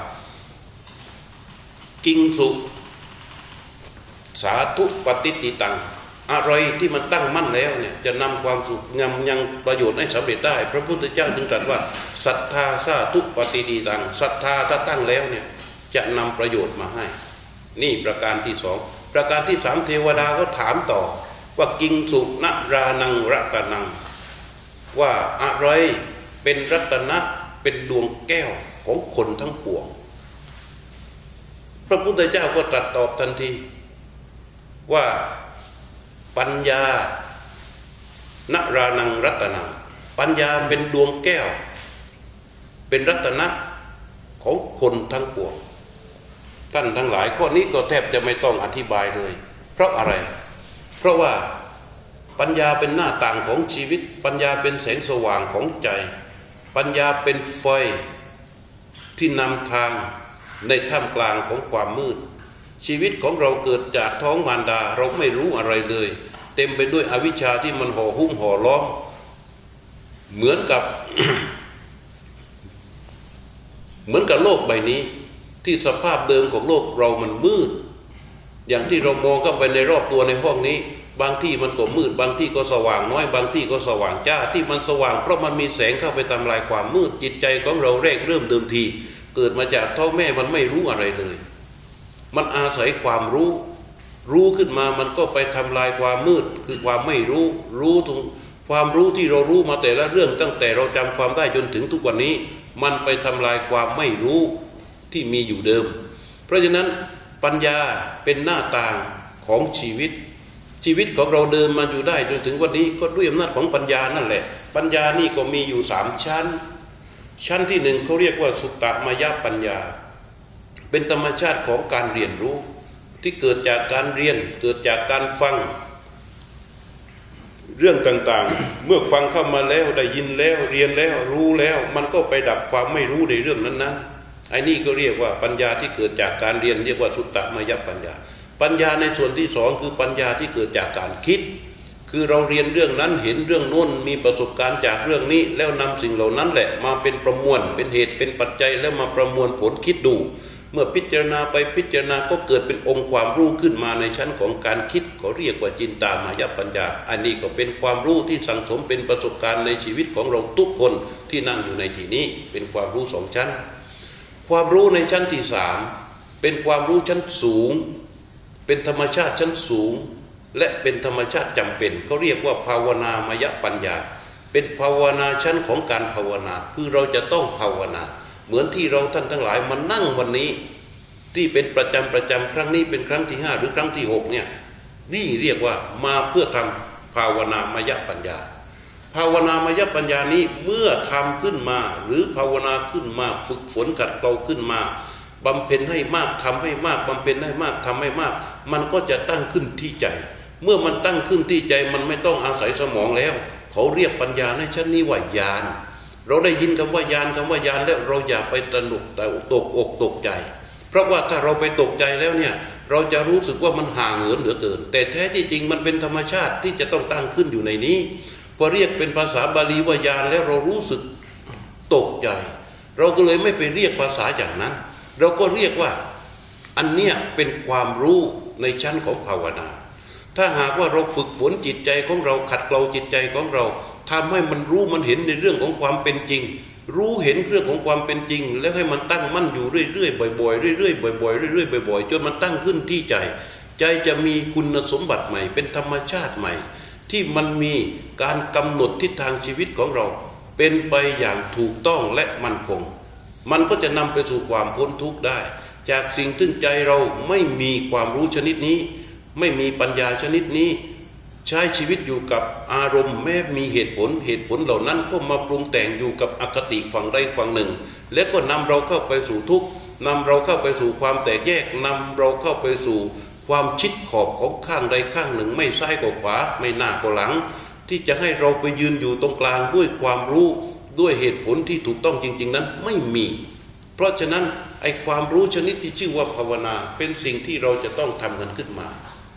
S1: กิงสุสาธุปฏิติตังอะไรที่มันตั้งมั่นแล้วเนี่ยจะนำความสุขนำยังประโยชน์ให้สำเร็จได้พระพุทธเจ้าจึงตรัสว่าศรัทธาสาธุปฏิติตังศรัทธาถ้าตั้งแล้วเนี่ยจะนำประโยชน์มาให้นี่ประการที่สองประการที่สามเทวดาก็ถามต่อว่ากิงสุนรานังรัตนังว่าอะไรเป็นรัตนะเป็นดวงแก้วของคนทั้งปวงพระพุทธเจ้าก็ตรัสตอบทันทีว่าปัญญานรานังรัตนังปัญญาเป็นดวงแก้วเป็นรัตนะของคนทั้งปวงท่านทั้งหลายข้อนี้ก็แทบจะไม่ต้องอธิบายเลยเพราะอะไรเพราะว่าปัญญาเป็นหน้าต่างของชีวิตปัญญาเป็นแสงสว่างของใจปัญญาเป็นไฟที่นำทางในท่ามกลางของความมืดชีวิตของเราเกิดจากท้องมารดาเราไม่รู้อะไรเลยเต็มไปด้วยอวิชชาที่มันห่อหุ้มห่อล้อมเหมือนกับ เหมือนกับโลกใบนี้ที่สภาพเดิมของโลกเรามันมืดอย่างที่เรามองเข้าไปในรอบตัวในห้องนี้บางที่มันก็มืดบางที่ก็สว่างน้อยบางที่ก็สว่างจ้าที่มันสว่างเพราะมันมีแสงเข้าไปทำลายความมืดจิตใจของเราแรกเริ่มเดิมทีเกิดมาจากท้องแม่มันไม่รู้อะไรเลยมันอาศัยความรู้รู้ขึ้นมามันก็ไปทำลายความมืดคือความไม่รู้รู้ถึงความรู้ที่เรารู้มาแต่ละเรื่องตั้งแต่เราจำความได้จนถึงทุกวันนี้มันไปทำลายความไม่รู้ที่มีอยู่เดิมเพราะฉะนั้นปัญญาเป็นหน้าต่างของชีวิตชีวิตของเราเดินมาอยู่ได้จนถึงวันนี้ก็ด้วยอำนาจของปัญญานั่นแหละปัญญานี่ก็มีอยู่สามชั้นชั้นที่หนึ่งเขาเรียกว่าสุตตมยปัญญาเป็นธรรมชาติของการเรียนรู้ที่เกิดจากการเรียนเกิดจากการฟังเรื่องต่างๆ เมื่อฟังเข้ามาแล้วได้ยินแล้วเรียนแล้วรู้แล้วมันก็ไปดับความไม่รู้ในเรื่องนั้นๆไอ้นี่ก็เรียกว่าปัญญาที่เกิดจากการเรียนเรียกว่าสุตตมยปัญญาปัญญาในส่วนที่สองคือปัญญาที่เกิดจากการคิดคือเราเรียนเรื่องนั้นเห็นเรื่องโน้นมีประสบการณ์จากเรื่องนี้แล้วนำสิ่งเหล่านั้นแหละมาเป็นประมวลเป็นเหตุเป็นปัจจัยแล้วมาประมวลผลคิดดูเมื่อพิจารณาไปพิจารณาก็เกิดเป็นองค์ความรู้ขึ้นมาในชั้นของการคิดเขาเรียกว่าจินตามายปัญญาอันนี้ก็เป็นความรู้ที่สั่งสมเป็นประสบการณ์ในชีวิตของเราทุกคนที่นั่งอยู่ในที่นี้เป็นความรู้สองชั้นความรู้ในชั้นที่สามเป็นความรู้ชั้นสูงเป็นธรรมชาติชั้นสูงและเป็นธรรมชาติจำเป็นเขาเรียกว่าภาวนามยปัญญาเป็นภาวนาชั้นของการภาวนาคือเราจะต้องภาวนาเหมือนที่เราท่านทั้งหลายมานั่งวันนี้ที่เป็นประจำประจำครั้งนี้เป็นครั้งที่ห้าหรือครั้งที่หกเนี่ยนี่เรียกว่ามาเพื่อทำภาวนามยปัญญาภาวนามยปัญญานี้เมื่อทำขึ้นมาหรือภาวนาขึ้นมาฝึกฝนขัดเกลาขึ้นมาบำเพ็ญให้มากทำให้มากบำเพ็ญให้มากทำให้มากมันก็จะตั้งขึ้นที่ใจเมื่อมันตั้งขึ้นที่ใจมันไม่ต้องอาศัยสมองแล้วเขาเรียกปัญญาในชั้นนี้ว่าญาณเราได้ยินคำว่าญาณคำว่าญาณแล้วเราอย่าไปตระหนกแต่ตกอกตกใจเพราะว่าถ้าเราไปตกใจแล้วเนี่ยเราจะรู้สึกว่ามันห่างเหินเหลือเกินแต่แท้ที่จริงมันเป็นธรรมชาติที่จะต้องตั้งขึ้นอยู่ในนี้พอเรียกเป็นภาษาบาลีว่าญาณแล้วเรารู้สึกตกใจเราก็เลยไม่ไปเรียกภาษาอย่างนั้นเราก็เรียกว่าอันเนี้ยเป็นความรู้ในชั้นของภาวนาถ้าหากว่าเราฝึกฝนจิตใจของเราขัดเกลาจิตใจของเราทำให้มันรู้มันเห็นในเรื่องของความเป็นจริงรู้เห็นเรื่องของความเป็นจริงแล้วให้มันตั้งมั่นอยู่เรื่อยๆบ่อยๆเรื่อยๆบ่อยๆเรื่อยๆบ่อยๆจนมันตั้งขึ้นที่ใจใจจะมีคุณสมบัติใหม่เป็นธรรมชาติใหม่ที่มันมีการกำหนดทิศทางชีวิตของเราเป็นไปอย่างถูกต้องและมั่นคงมันก็จะนำไปสู่ความพ้นทุกข์ได้จากสิ่งที่ใจเราไม่มีความรู้ชนิดนี้ไม่มีปัญญาชนิดนี้ใช้ชีวิตอยู่กับอารมณ์แม้มีเหตุผลเหตุผลเหล่านั้นก็มาปรุงแต่งอยู่กับอคติฝั่งใดฝั่งหนึ่งและก็นำเราเข้าไปสู่ทุกข์นำเราเข้าไปสู่ความแตกแยกนำเราเข้าไปสู่ความชิดขอบของข้างใดข้างหนึ่งไม่ซ้ายก็ขวาไม่หน้าก็หลังที่จะให้เราไปยืนอยู่ตรงกลางด้วยความรู้ด้วยเหตุผลที่ถูกต้องจริงๆนั้นไม่มีเพราะฉะนั้นไอ้ความรู้ชนิดที่ชื่อว่าภาวนาเป็นสิ่งที่เราจะต้องทำกันขึ้นมา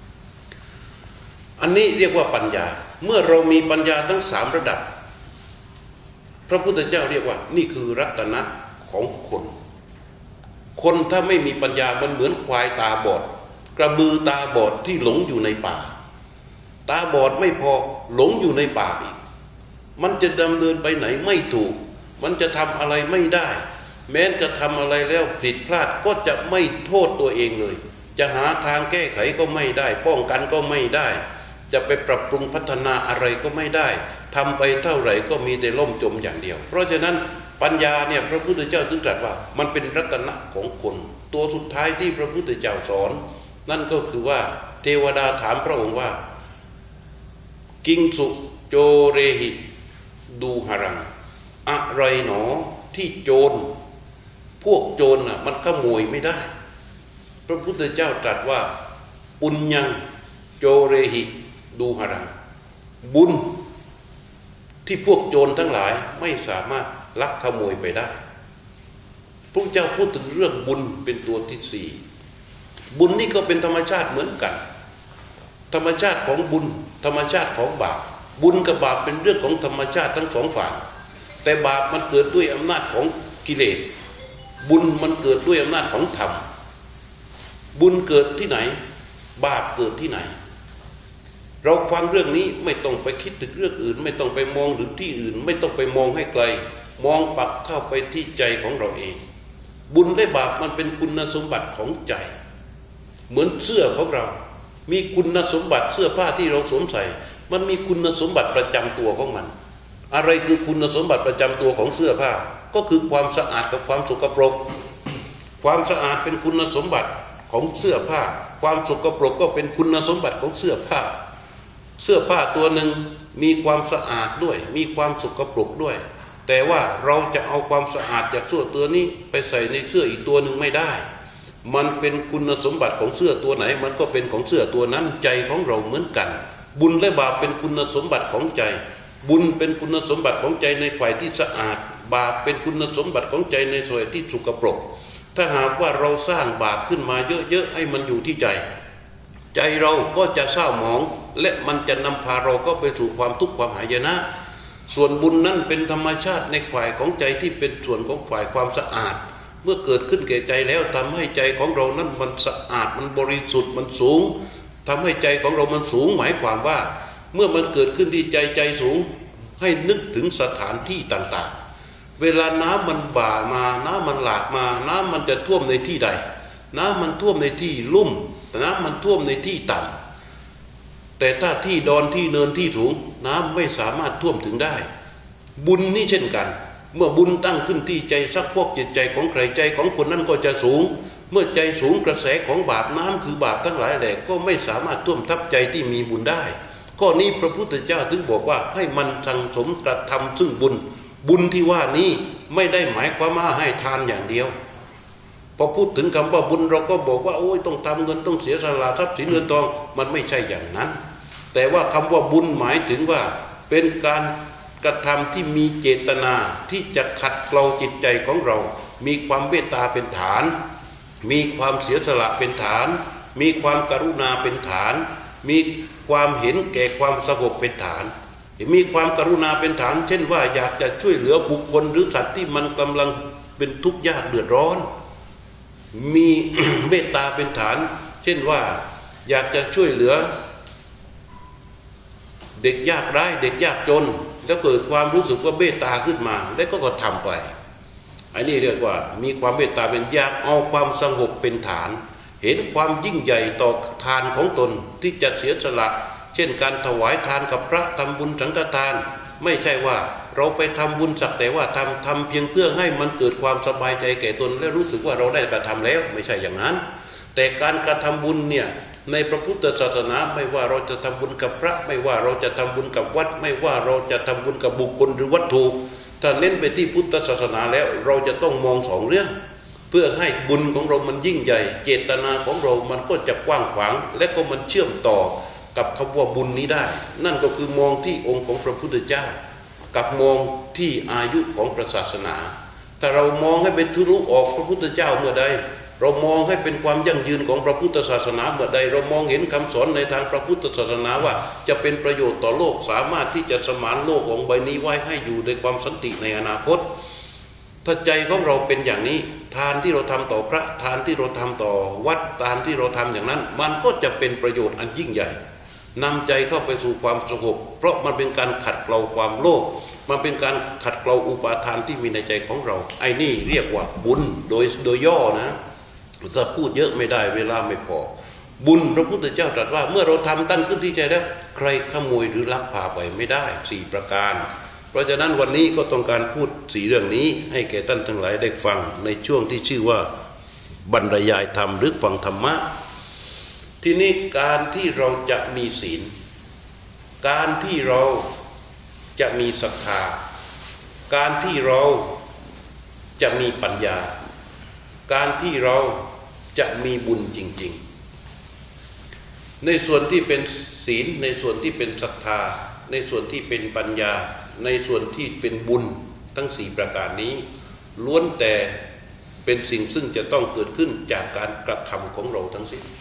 S1: อันนี้เรียกว่าปัญญาเมื่อเรามีปัญญาทั้งสามระดับพระพุทธเจ้าเรียกว่านี่คือรัตนะของคนคนถ้าไม่มีปัญญามันเหมือนควายตาบอดกระบือตาบอดที่หลงอยู่ในป่าตาบอดไม่พอหลงอยู่ในป่าอีกมันจะดำเนินไปไหนไม่ถูกมันจะทำอะไรไม่ได้แม้จะทำอะไรแล้วผิดพลาดก็จะไม่โทษตัวเองเลยจะหาทางแก้ไขก็ไม่ได้ป้องกันก็ไม่ได้จะไปปรับปรุงพัฒนาอะไรก็ไม่ได้ทำไปเท่าไหร่ก็มีแต่ล่มจมอย่างเดียวเพราะฉะนั้นปัญญาเนี่ยพระพุทธเจ้าถึงตรัสว่ามันเป็นรัตนะของคนตัวสุดท้ายที่พระพุทธเจ้าสอนนั่นก็คือว่าเทวดาถามพระองค์ว่ากิงสุโจเรหิดูหรังอะไรหนอที่โจรพวกโจรน่ะมันขโมยไม่ได้พระพุทธเจ้าตรัสว่าปุญญังโจเรหิดูหรังบุญที่พวกโจรทั้งหลายไม่สามารถลักขโมยไปได้พระเจ้าพูดถึงเรื่องบุญเป็นตัวที่สี่บุญนี่ก็เป็นธรรมชาติเหมือนกันธรรมชาติของบุญธรรมชาติของบาปบุญกับบาปเป็นเรื่องของธรรมชาติทั้งสองฝ่ายแต่บาปมันเกิดด้วยอำนาจของกิเลสบุญมันเกิดด้วยอำนาจของธรรมบุญเกิดที่ไหนบาปเกิดที่ไหนเราฟังเรื่องนี้ไม่ต้องไปคิดถึงเรื่องอื่นไม่ต้องไปมองถึงที่อื่นไม่ต้องไปมองให้ไกลมองปักเข้าไปที่ใจของเราเองบุญและบาปมันเป็นคุณสมบัติของใจเหมือนเสื้อของเรามีคุณสมบัติเสื้อผ้าที่เราสวมใส่มันมีคุณสมบัติประจำตัวของมันอะไรคือคุณสมบัติประจำตัวของเสื้อผ้าก็คือความสะอาดกับความสกปรกความสะอาดเป็นคุณสมบัติของเสื้อผ้าความสกปรกก็เป็นคุณสมบัติของเสื้อผ้าเสื้อผ้าตัวหนึ่งมีความสะอาดด้วยมีความสกปรกด้วยแต่ว่าเราจะเอาความสะอาดจากเสื้อตัวนี้ไปใส่ในเสื้ออีกตัวหนึ่งไม่ได้มันเป็นคุณสมบัติของเสื้อตัวไหนมันก็เป็นของเสื้อตัวนั้นใจของเราเหมือนกันบุญและบาปเป็นคุณสมบัติของใจบุญเป็นคุณสมบัติของใจในฝ่ายที่สะอาดบาปเป็นคุณสมบัติของใจในส่วนที่สกปรกถ้าหากว่าเราสร้างบาปขึ้นมาเยอะๆให้มันอยู่ที่ใจใจเราก็จะเศร้าหมองและมันจะนำพาเราก็ไปสู่ความทุกข์ความหายนะส่วนบุญนั้นเป็นธรรมชาติในฝ่ายของใจที่เป็นส่วนของฝ่ายความสะอาดเมื่อเกิดขึ้นแก่ใจแล้วทำให้ใจของเรานั้นมันสะอาดมันบริสุทธิ์มันสูงทำให้ใจของเรามันสูงหมายความว่าเมื่อมันเกิดขึ้นที่ใจใจสูงให้นึกถึงสถานที่ต่างๆเวลาน้ำมันบ่ามาน้ำมันหลากมาน้ำมันจะท่วมในที่ใดน้ำมันท่วมในที่ลุ่มน้ำมันท่วมในที่ต่ำแต่ถ้าที่ดอนที่เนินที่สูงน้ำไม่สามารถท่วมถึงได้บุญนี่เช่นกันเมื่อบุญตั้งขึ้นที่ใจซักพวกจิตใจของใครใจของคนนั้นก็จะสูงเมื่อใจสูงกระแสของบาปน้ำคือบาปทั้งหลายแหละก็ไม่สามารถท่วมทับใจที่มีบุญได้ข้อนี้พระพุทธเจ้าถึงบอกว่าให้มันสั่งสมกระทำซึ่งบุญบุญที่ว่านี้ไม่ได้หมายความว่าให้ทานอย่างเดียวพอพูดถึงคำว่าบุญเราก็บอกว่าโอ้ยต้องทำเงินต้องเสียสละทรัพย์สินเงินทองมันไม่ใช่อย่างนั้นแต่ว่าคำว่าบุญหมายถึงว่าเป็นการกระทำที่มีเจตนาที่จะขัดเกลาจิตใจของเรามีความเมตตาเป็นฐานมีความเสียสละเป็นฐานมีความกรุณาเป็นฐานมีความเห็นแก่ความสงบเป็นฐานมีความกรุณาเป็นฐานเช่นว่าอยากจะช่วยเหลือบุคคลหรือสัตว์ที่มันกำลังเป็นทุกข์ยากเดือดร้อนมี เมตตาเป็นฐานเช่นว่าอยากจะช่วยเหลือเด็กยากไร้เด็กยากจนแล้วเกิดความรู้สึกว่าเมตตาขึ้นมาแล้วก็ก็ทำไปอันนี้เรียกว่ามีความเมตตาเป็นอยากเอาความสงบเป็นฐานเห็นความยิ่งใหญ่ต่อทานของตนที่จะเสียสละเช่นการถวายทานกับพระทำบุญสังฆทานไม่ใช่ว่าเราไปทำบุญสักแต่ว่าทำทำเพียงเพื่อให้มันเกิดความสบายใจแก่ตนและรู้สึกว่าเราได้กระทำแล้วไม่ใช่อย่างนั้นแต่การกระทำบุญเนี่ยในพระพุทธศาสนาไม่ว่าเราจะทำบุญกับพระไม่ว่าเราจะทำบุญกับวัดไม่ว่าเราจะทำบุญกับบุคคลหรือวัตถุถ้าเน้นไปที่พุทธศาสนาแล้วเราจะต้องมองสองเรื่องเพื่อให้บุญของเรามันยิ่งใหญ่เจตนาของเรามันก็จะกว้างขวางและก็มันเชื่อมต่อกับคำว่าบุญนี้ได้นั่นก็คือมองที่องค์ของพระพุทธเจ้ากับมองที่อายุของพระศาสนาถ้าเรามองให้เป็นทะลุออกพระพุทธเจ้าเมื่อใดเรามองให้เป็นความยั่งยืนของพระพุทธศาสนาเมื่อใดเรามองเห็นคำสอนในทางพระพุทธศาสนาว่าจะเป็นประโยชน์ต่อโลกสามารถที่จะสมานโลกของใบนี้ไว้ให้อยู่ในความสันติในอนาคตถ้าใจของเราเป็นอย่างนี้ทานที่เราทำต่อพระทานที่เราทำต่อวัดทานที่เราทำอย่างนั้นมันก็จะเป็นประโยชน์อันยิ่งใหญ่นำใจเข้าไปสู่ความสงบเพราะมันเป็นการขัดเกลาความโลภมันเป็นการขัดเกลาอุปาทานที่มีในใจของเราไอ้นี่เรียกว่าบุญโดยโดยย่อนะถ้าพูดเยอะไม่ได้เวลาไม่พอบุญพระพุทธเจ้าตรัสว่าเมื่อเราทำตั้งขึ้นที่ใจแล้วใครขโมยหรือลักพาไปไม่ได้สี่ประการเพราะฉะนั้นวันนี้ก็ต้องการพูดสี่เรื่องนี้ให้แก่ท่านทั้งหลายได้ฟังในช่วงที่ชื่อว่าบรรยายธรรมหรือฟังธรรมะทีนี้การที่เราจะมีศีลการที่เราจะมีศรัทธาการที่เราจะมีปัญญาการที่เราจะมีบุญจริงๆในส่วนที่เป็นศีลในส่วนที่เป็นศรัทธาในส่วนที่เป็นปัญญาในส่วนที่เป็นบุญทั้งสี่ประการนี้ล้วนแต่เป็นสิ่งซึ่งจะต้องเกิดขึ้นจากการกระทำของเราทั้งสิ้น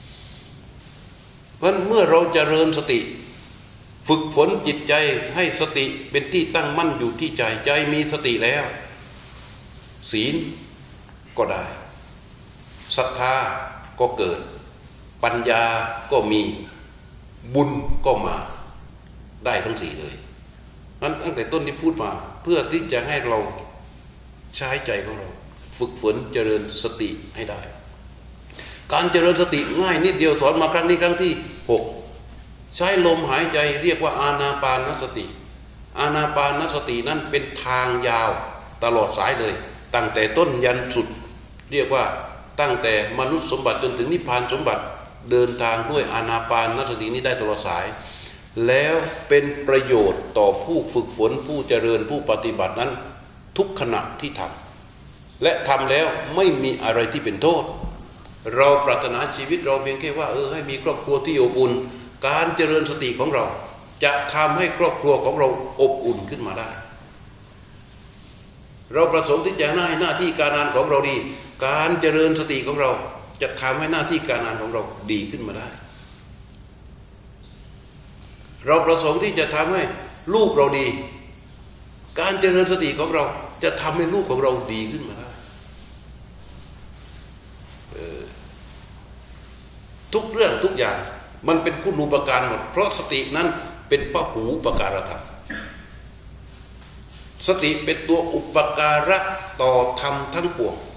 S1: เพราะเมื่อเราเจริญสติฝึกฝนจิตใจให้สติเป็นที่ตั้งมั่นอยู่ที่ใจใจมีสติแล้วศีลก็ได้ศรัทธาก็เกิดปัญญาก็มีบุญก็มาได้ทั้งสี่เลยนั้นตั้งแต่ต้นที่พูดมาเพื่อที่จะให้เราใช้ใจของเราฝึกฝนเจริญสติให้ได้การเจริญสติง่ายนิดเดียวสอนมาครั้งนี้ครั้งที่หกใช้ลมหายใจเรียกว่าอานาปานสติอานาปานสตินั้นเป็นทางยาวตลอดสายเลยตั้งแต่ต้นยันสุดเรียกว่าตั้งแต่มนุษย์สมบัติจนถึงนิพพานสมบัติเดินทางด้วยอานาปานสตินี้ได้ตลอดสายแล้วเป็นประโยชน์ต่อผู้ฝึกฝนผู้เจริญผู้ปฏิบัตินั้นทุกขณะที่ทำและทำแล้วไม่มีอะไรที่เป็นโทษเราปรารถนาชีวิตเราเพียงแค่ว่าเออให้มีครอบครัวที่อบอุ่นการเจริญสติของเราจะทำให้ครอบครัวของเราอบอุ่นขึ้นมาได้เราประสงค์ที่จะให้หน้าที่การงานของเราดีการเจริญสติของเราจะทำให้หน้าที่การงานของเราดีขึ้นมาได้เราประสงค์ที่จะทำให้ลูกเราดีการเจริญสติของเราจะทำให้ลูกของเราดีขึ้นมาได้ทุกเรื่องทุกอย่างมันเป็นคุณูปการหมดเพราะสตินั้นเป็นพหูปการธรรมสติเป็นตัวอุปการะต่อธรรมทั้งปวง